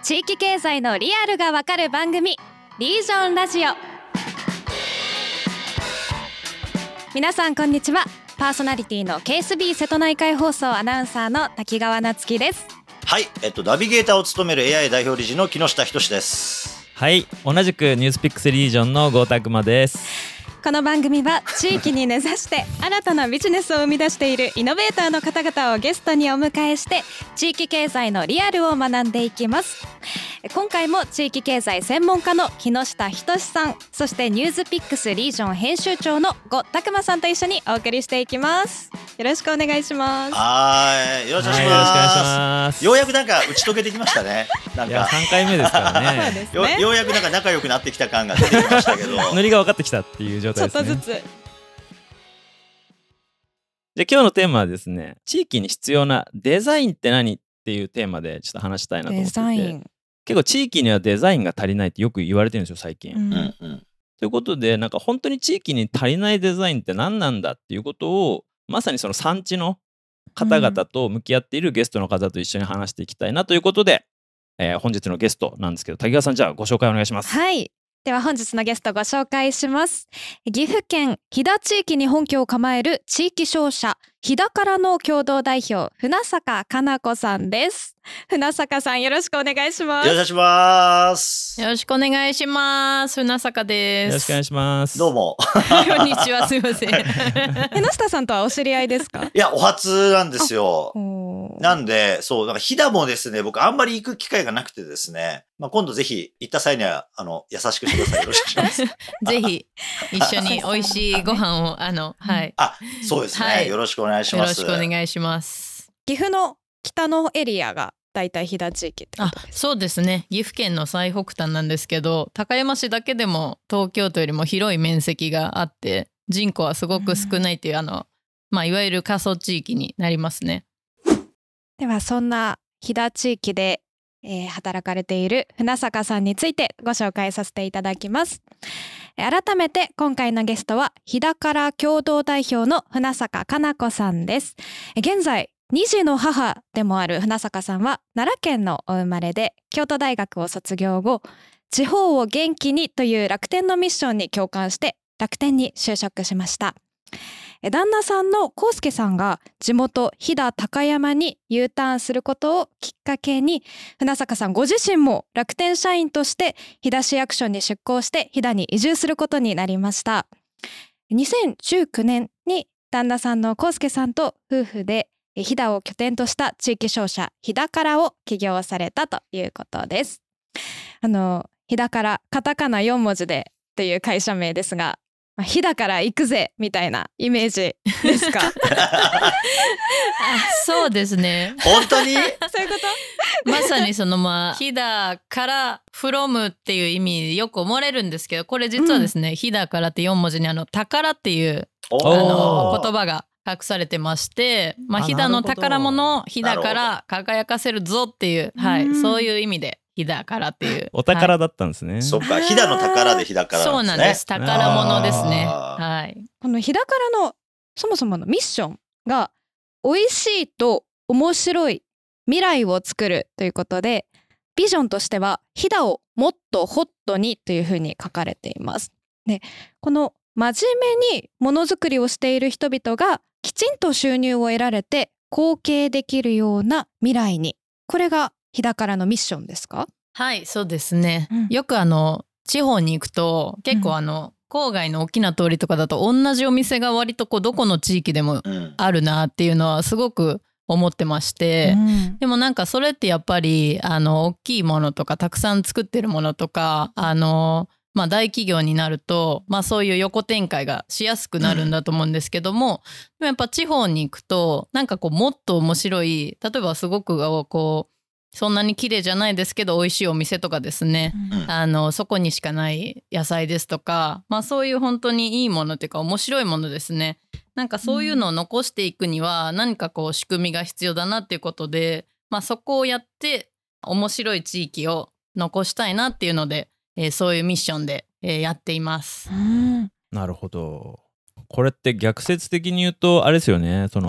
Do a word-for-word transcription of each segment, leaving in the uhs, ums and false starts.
地域経済のリアルがわかる番組、リージョンラジオ。皆さんこんにちは。パーソナリティの ケーエスビー 瀬戸内海放送アナウンサーの滝川夏樹です。 はい、えっと、ナビゲーターを務める エーアイ 代表理事の木下仁です。 はい、同じくニュースピックスリージョンの郷拓馬です。 この番組は地域に根ざして新たなビジネスを生み出しているイノベーターの方々をゲストにお迎えして地域経済のリアルを学んでいきます。今回も地域経済専門家の木下仁さん、そしてニュースピックスリージョン編集長の郷拓馬さんと一緒にお送りしていきます。よろしくお願いします。 はい、よろしくお願いします。ようやくなんか打ち解けてきましたね。なんかいやさんかいめですからねそうですね。 よ, ようやくなんか仲良くなってきた感が出てきましたけどノリが分かってきたっていう状態ですね。 ちょっとずつ。 じゃあ今日のテーマはですね、地域に必要なデザインって何っていうテーマでちょっと話したいなと思っていて、 デザイン、 結構地域にはデザインが足りないってよく言われてるんですよ最近、 うんうんうん、 ということで、なんか本当に地域に足りないデザインって何なんだっていうことを、まさにその産地の方々と向き合っているゲストの方と一緒に話していきたいなということで、えー本日のゲストなんですけど、滝川さん、じゃあご紹介お願いします。 はい、では本日のゲストご紹介します。岐阜県飛騨地域に本拠を構える地域商社飛騨からの共同代表、船坂かな子さんです。船坂さん、よろしくお願いします。 よろしくお願いします。 よろしくお願いします。船坂です。 よろしくお願いします。 どうもこんにちは、すいません。 木下さんとはお知り合いですか？ いやお初なんですよ。 おーなんでそうなんか飛騨もですね、僕あんまり行く機会がなくてですね、まあ、今度ぜひ行った際にはあの優しくしてください。よろしくお願いしますぜひ一緒に美味しいご飯をあのはいあ、そうですね、 はい、 よろしくお願いしよろます。 しくお願いします。 岐阜の北のエリアがだいたい飛騨地域ってこあ、 とですか？ そうですね。岐阜県の最北端なんですけど、高山市だけでも東京都よりも広い面積があって、人口はすごく少ないという、あのまあいわゆる過疎地域になりますね。 ではそんな飛騨地域で、えー働かれている船坂さんについてご紹介させていただきます。えー改めて今回のゲストは飛騨から共同代表の船坂かな子さんです。えー現在に児の母でもある船坂さんは奈良県のお生まれで、京都大学を卒業後、地方を元気にという楽天のミッションに共感して楽天に就職しました。え旦那さんの康介さんが地元飛騨高山に U ターンすることをきっかけに、船坂さんご自身も楽天社員として飛騨市役所に出向して飛騨に移住することになりました。にせんじゅうきゅうねんに旦那さんの康介さんと夫婦でえ飛騨を拠点とした地域商社飛騨からを起業されたということです。あの飛騨からカタカナよん文字でという会社名ですが、まあ飛騨から行くぜみたいなイメージですか？ あ、そうですね。 本当にそういうことまさにそのまあ飛騨からフロムっていう意味でよく思われるんですけど、これ実はですね、飛騨からってよん文字にあの宝っていうおあーの言葉が隠されてまして、まあ、 あ飛騨のなるほど宝物を飛騨から輝かせるぞっていう、はい、 うんそういう意味で飛騨からっていうお宝だったんですね、 そっか、飛騨の宝で飛騨からそうなんですね。 なんです。宝物ですね。 あーはい。 この飛騨からのそもそものミッションが美味しいと面白い未来を作るということで、ビジョンとしては飛騨をもっとホットにというふうに書かれています。で、この真面目にものづくりをしている人々がきちんと収入を得られて後継できるような未来に、これが飛騨からのミッションですか？ はい、そうですね。 うんよくあの地方に行くと結構あの、郊外の大きな通りとかだと同じお店が割とこうどこの地域でもうんあるなっていうのはすごく思ってまして、 うんでもなんかそれってやっぱりあの大きいものとかたくさん作ってるものとかあの、まあ、大企業になると、まあ、そういう横展開がしやすくなるんだと思うんですけども、でもやっぱ地方に行くとなんかこうもっと面白い、例えばすごくこうそんなに綺麗じゃないですけど美味しいお店とかですね、 うんあのそこにしかない野菜ですとか、まあ、そういう本当にいいものっていうか面白いものですね、なんかそういうのを残していくには何かこう仕組みが必要だなっていうことで、まあ、そこをやって面白い地域を残したいなっていうので、えーそういうミッションで、えーやっています。 うんなるほど。これって逆説的に言うとあれですよね、その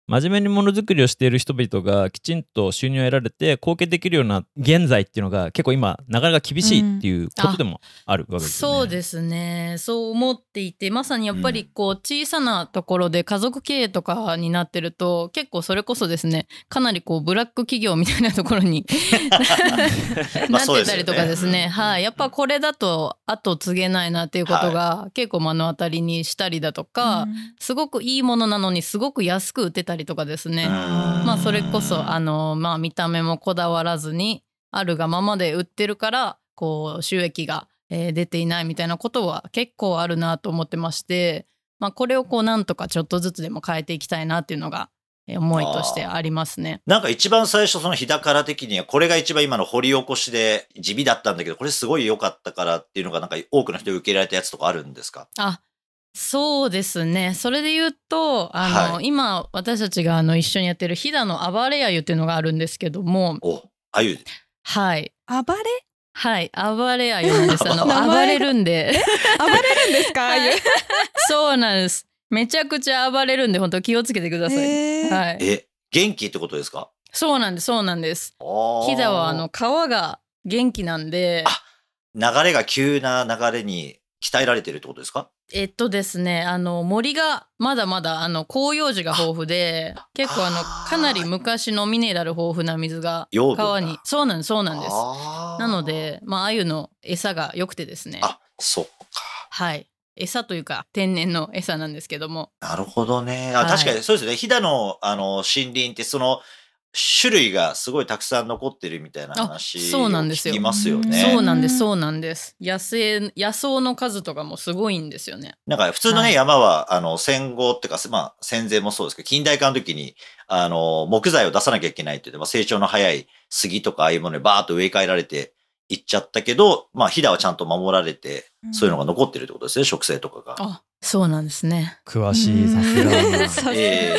真面目にものづくりをしている人々がきちんと収入を得られて貢献できるような現在っていうのが結構今なかなか厳しいっていうことでもあるわけですよね。 そうですね。そう思っていて、まさにやっぱりこう小さなところで家族経営とかになってると結構それこそですね、かなりこうブラック企業みたいなところになってたりとかですね、はい、やっぱこれだと後継げないなっていうことが結構目の当たりにしたりだとか、すごくいいものなのにすごく安く売ってたりとかですね、まあそれこそあのまあ見た目もこだわらずにあるがままで売ってるからこう収益がえー出ていないみたいなことは結構あるなと思ってまして、まあ、これをこうなんとかちょっとずつでも変えていきたいなっていうのがえー思いとしてありますね。 なんか一番最初その日だから的にはこれが一番今の掘り起こしで地味だったんだけどこれすごい良かったからっていうのがなんか多くの人に受け入れられたやつとかあるんですか？ あ、そうですね。それで言うとあの、 はい、 今私たちがあの一緒にやってる飛騨の暴れ鮎っていうのがあるんですけども、 お、あゆはい暴れはい暴れ鮎なんです。あの暴れるんで暴れるんですか？あゆそうなんです。めちゃくちゃ暴れるんで本当気をつけてください。 へーはい、 え、元気ってことですか？ そうなんですそうなんです。 あー飛騨はあの川が元気なんで、 あ流れが急な流れに鍛えられてるってことですか？ えっとですね、あの森がまだまだあの広葉樹が豊富で、結構あのあーかなり昔のミネラル豊富な水が養分が川に、そうなんですそうなんです。 あーなのでまあ鮎の餌が良くてですね、 あ、そっか。 はい、餌というか天然の餌なんですけども、 なるほどね。あ、 はい確かにそうですね。飛騨のあの森林ってその種類がすごいたくさん残ってるみたいな話あそうなんですよを聞きますよねね。 そうなんですそうなんです。野生野草の数とかもすごいんですよね。 なんか普通のね、 はい山はあの戦後っていうか、まあ、戦前もそうですけど近代化の時にあの木材を出さなきゃいけないって言って、まあ、成長の早い杉とかああいうものにバーッと植え替えられていっちゃったけど、まあ、飛騨はちゃんと守られて、 うんそういうのが残ってるってことですね、植生とかが。 あ、そうなんですね。 詳しい、さすがだな。 さすがえ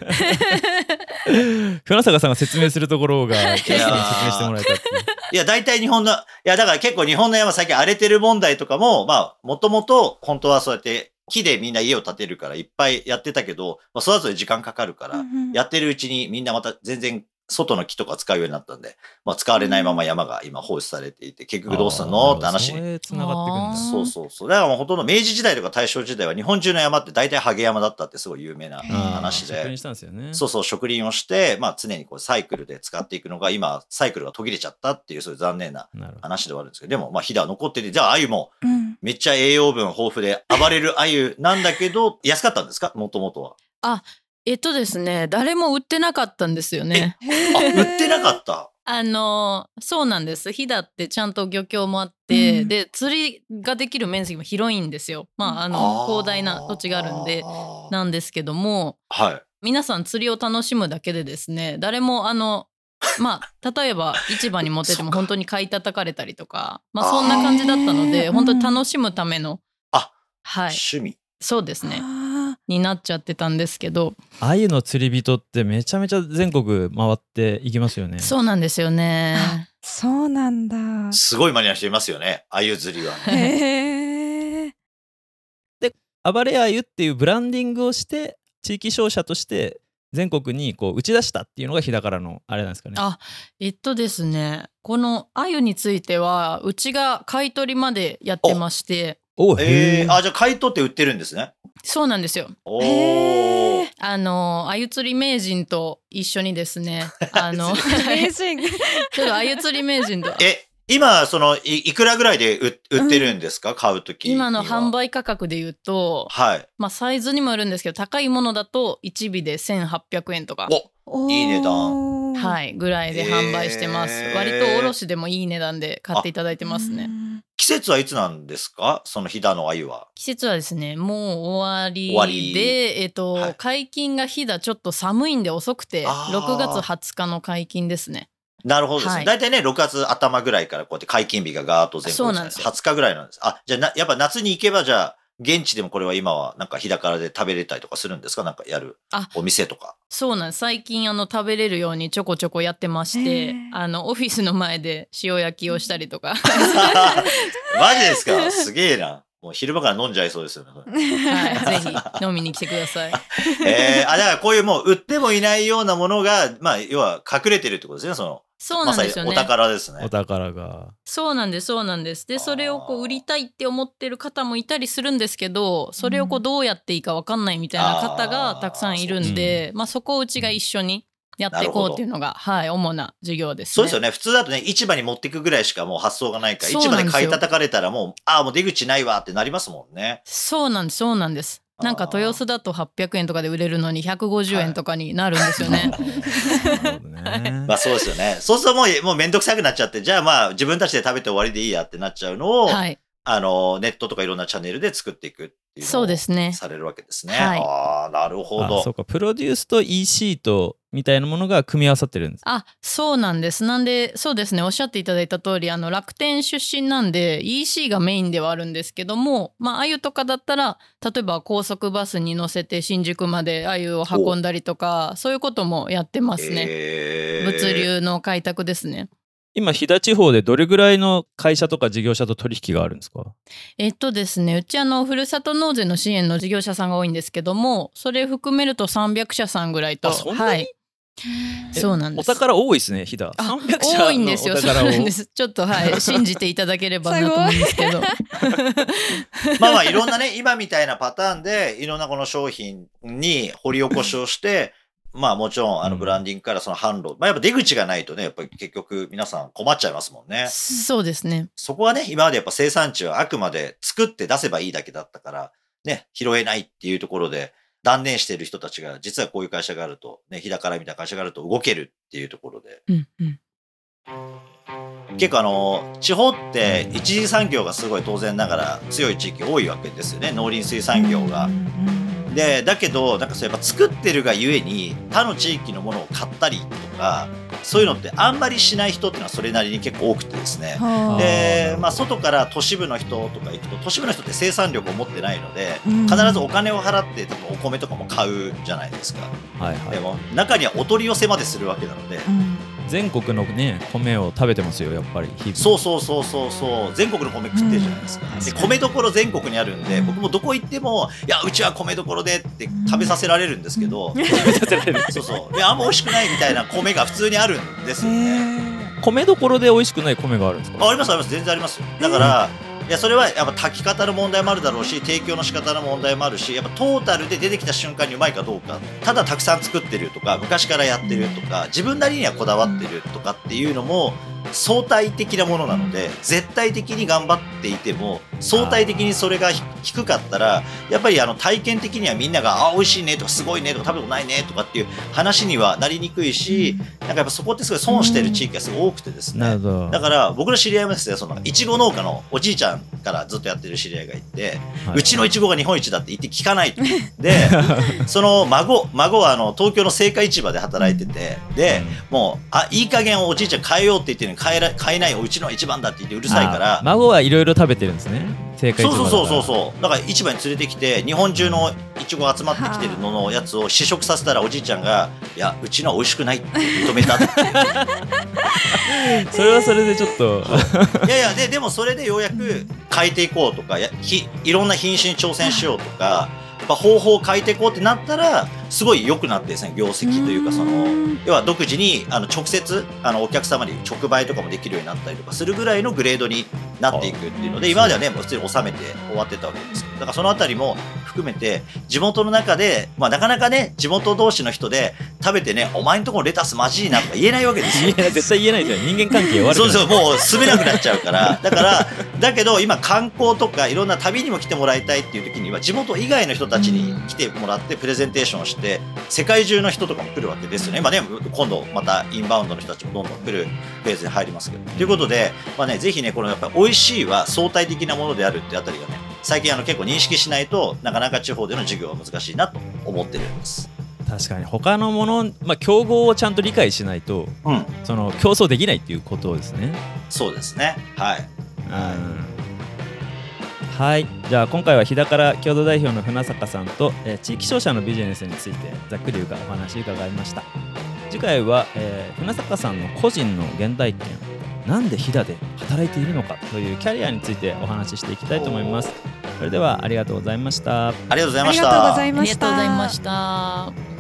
船坂さんが説明するところがキャストに説明してもらえたっていう。 いや、大体日本の、いや、だから結構日本の山最近荒れてる問題とかも、まあ、もともと本当はそうやって木でみんな家を建てるからいっぱいやってたけど、まあ、その後で時間かかるから、 うんうんやってるうちにみんなまた全然外の木とか使うようになったんで、まあ、使われないまま山が今放置されていて、結局どうすんのって話に。 それ繋がってくるんだ。 そうそうそう。だからもうほとんど明治時代とか大正時代は日本中の山って大体ハゲ山だったってすごい有名な話であー植林。したんですよね。 そうそう、植林をして、まあ常にこうサイクルで使っていくのが、今、サイクルが途切れちゃったっていう、そういう残念ななるほど。 話ではあるんですけど、でも、まあ、飛騨は残ってて、じゃあ、鮎も、 うんめっちゃ栄養分豊富で、暴れる鮎なんだけど、安かったんですかもともとは。 あ、えっとですね、誰も売ってなかったんですよね。 あ、売ってなかった。 あのそうなんです。飛騨ってちゃんと漁協もあって、 うんで釣りができる面積も広いんですよ。まああの広大な土地があるんでなんですけども、 はい。 皆さん釣りを楽しむだけでですね、誰もあのまあ例えば市場に持ってても本当に買い叩かれたりとか、まあそんな感じだったので、 あー本当に楽しむための、 あ、 はい、 趣味。 そうですねあになっちゃってたんですけど、 鮎の釣り人ってめちゃめちゃ全国回っていきますよね。 そうなんですよね。 ーそうなんだ。 すごいマニアな人いますよね。鮎釣りは。 へえ。 暴れ鮎っていうブランディングをして地域商社として全国にこう打ち出したっていうのが飛騨からのあれなんですかね。 あ、えっとですね、この鮎についてはうちが買い取りまでやってまして、 おえー、 へーあ、じゃあ買い取って売ってるんですね。 そうなんですよ。 おへー。 あの鮎釣り名人と一緒にですね、あの名人。 ちょっと鮎釣り名人とえ、今、その、いいくらぐらいで売売ってるんですか、買うときには。 今の販売価格で言うと、 はい。 まあサイズにもよるんですけど、高いものだといち尾でせんはっぴゃくえんとか、 お、いい値段。 い。 はいぐらいで販売してます。 へー割と卸でもいい値段で買っていただいてますね。 季節はいつなんですか、その飛騨の鮎は。 季節はですね、もう終わりで、 終わりえっと、 はい解禁が飛騨ちょっと寒いんで遅くて、 あーろくがつはつかの解禁ですね。 なるほどですね。 はい大体ね、ろくがつ頭ぐらいからこうやって解禁日がガーッと全国そうなんですよはつかぐらいなんです。あ、じゃあな、やっぱ夏に行けばじゃあ、現地でもこれは今はなんか飛騨からで食べれたりとかするんですか、なんかやるあお店とか。 そうなんです。最近あの食べれるようにちょこちょこやってましへてー、 あのオフィスの前で塩焼きをしたりとかマジですか、すげえな。 もう昼間から飲んじゃいそうですよね。 はい、ぜひ飲みに来てください。 えー、あ、だからこういうもう売ってもいないようなものが、まあ、要は隠れてるってことですね、その。 そうなんですよね。 まさにお宝ですね。 お宝が。 そうなんです、そうなんです。で、それをこう売りたいって思ってる方もいたりするんですけど、それをこうどうやっていいか分かんないみたいな方がたくさんいるんで、うん、まあそこをうちが一緒にやっていこうっていうのが、はい、主な授業ですね。 そうですよね。普通だとね、市場に持っていくぐらいしかもう発想がないから、市場で買い叩かれたらもう、ああ、もう出口ないわってなりますもんね。 そうなんです、そうなんです。なんか豊洲だとはっぴゃくえんとかで売れるのにひゃくごじゅうえんとかになるんですよね。 はい、まあそうですよね。そうするともう、もうめんどくさくなっちゃって、じゃあまあ自分たちで食べて終わりでいいやってなっちゃうのを、はい、あの、ネットとかいろんなチャンネルで作っていくっていうのをそうですね。 されるわけですね。 はい、 ああ、なるほど。 そうか、プロデュースと イーシー とみたいなものが組み合わさってるんです。 あ、そうなんです。なんで、そうですね、おっしゃっていただいた通り、あの楽天出身なんで イーシー がメインではあるんですけども、まああゆとかだったら例えば高速バスに乗せて新宿まであゆを運んだりとか、そういうこともやってますね。 えー、 物流の開拓ですね。 今飛騨地方でどれぐらいの会社とか事業者と取引があるんですか？ えっとですね、うちあのふるさと納税の支援の事業者さんが多いんですけども、それ含めるとさんびゃくしゃさんぐらいと。 あ、そんなに？はい、 そうなんです。 お宝多いですね、飛騨。さんびゃくしゃのお宝を。 多いんですよ。そうなんです。ちょっとはい信じていただければなと思うんですけど。 まあまあいろんなね、今みたいなパターンでいろんなこの商品に掘り起こしをして。まあもちろんあのブランディングからその販路、うん、まあやっぱ出口がないとね、やっぱり結局皆さん困っちゃいますもんね。 そうですね。 そこはね、今までやっぱ生産地はあくまで作って出せばいいだけだったから、ね、拾えないっていうところで断念している人たちが、実はこういう会社があると、ね、日高らみたいな会社があると動けるっていうところで。 うんうん、 結構あの、地方って一次産業がすごい当然ながら強い地域多いわけですよね、農林水産業が。で、だけど、なんかそうやっぱ作ってるがゆえに、他の地域のものを買ったりとか、そういうのってあんまりしない人っていうのはそれなりに結構多くてですね。で、まあ外から都市部の人とか行くと、都市部の人って生産力を持ってないので、必ずお金を払って多分お米とかも買うじゃないですか。 はいはい、 でも中にはお取り寄せまでするわけなので。うん全国のね米を食べてますよやっぱり日々。 そうそうそうそうそう全国の米食ってるじゃないですか、うん、で米どころ全国にあるんで僕もどこ行ってもいやうちは米どころでって食べさせられるんですけど、うん、食べさせられるそうそういやあんま美味しくないみたいな米が普通にあるんですよね。 米どころで美味しくない米があるんですか？ あ、ありますあります全然ありますよ。だからいやそれはやっぱ炊き方の問題もあるだろうし提供の仕方の問題もあるしやっぱトータルで出てきた瞬間にうまいかどうかただたくさん作ってるとか昔からやってるとか自分なりにはこだわってるとかっていうのも相対的なものなので絶対的に頑張っていても相対的にそれが低かったらやっぱりあの体験的にはみんながあ美味しいねとかすごいねとか食べたことないねとかっていう話にはなりにくいしなんかやっぱそこってすごい損してる地域がすごい多くてですねだから僕の知り合いもですねそのいちご農家のおじいちゃんからずっとやってる知り合いがいて、はい、うちのいちごが日本一だって言って聞かないでその孫孫はあの東京の青果市場で働いててでもうあいい加減おじいちゃん変えようって言ってるのに変えら買えないようちの一番だって言ってうるさいから孫はいろいろ食べてるんですね青果市場だからそうそうそうそうだから市場に連れてきて日本中のいちご集まってきてるののやつを試食させたらおじいちゃんがいやうちのは美味しくないって認めたってそれはそれでちょっといやいやででもそれでようやく変えていこうとかやひいろんな品種に挑戦しようとかやっぱ方法を変えていこうってなったらすごい良くなってですね業績というかその要は独自にあの直接あのお客様に直売とかもできるようになったりとかするぐらいのグレードになっていくっていうので今まではね普通に収めて終わってたわけですけどだからそのあたりも含めて地元の中で、まあ、なかなかね地元同士の人で食べてねお前んところレタスマジいいなとか言えないわけですよ絶対言えないですよ人間関係悪くなるそうそうもう住めなくなっちゃうからだからだけど今観光とかいろんな旅にも来てもらいたいっていう時には地元以外の人たちに来てもらってプレゼンテーションをして世界中の人とかも来るわけですよね今ね今度またインバウンドの人たちもどんどん来るフェーズに入りますけどということで、まあね、ぜひねこのやっぱり美味しいは相対的なものであるってあたりがね最近あの結構認識しないとなかなか地方での授業は難しいなと思ってるんです確かに他のもの、まあ、競合をちゃんと理解しないと、うん、その競争できないっていうことですねそうですねはい、 うんはい、じゃあ今回は日高ら共同代表の船坂さんと、えー、地域商社のビジネスについてざっくりお話伺いました次回は、えー、船坂さんの個人の原体験なんで飛騨で働いているのかというキャリアについてお話ししていきたいと思いますそれではありがとうございました。 ありがとうございましありがとうごたざいましたありがとうございました。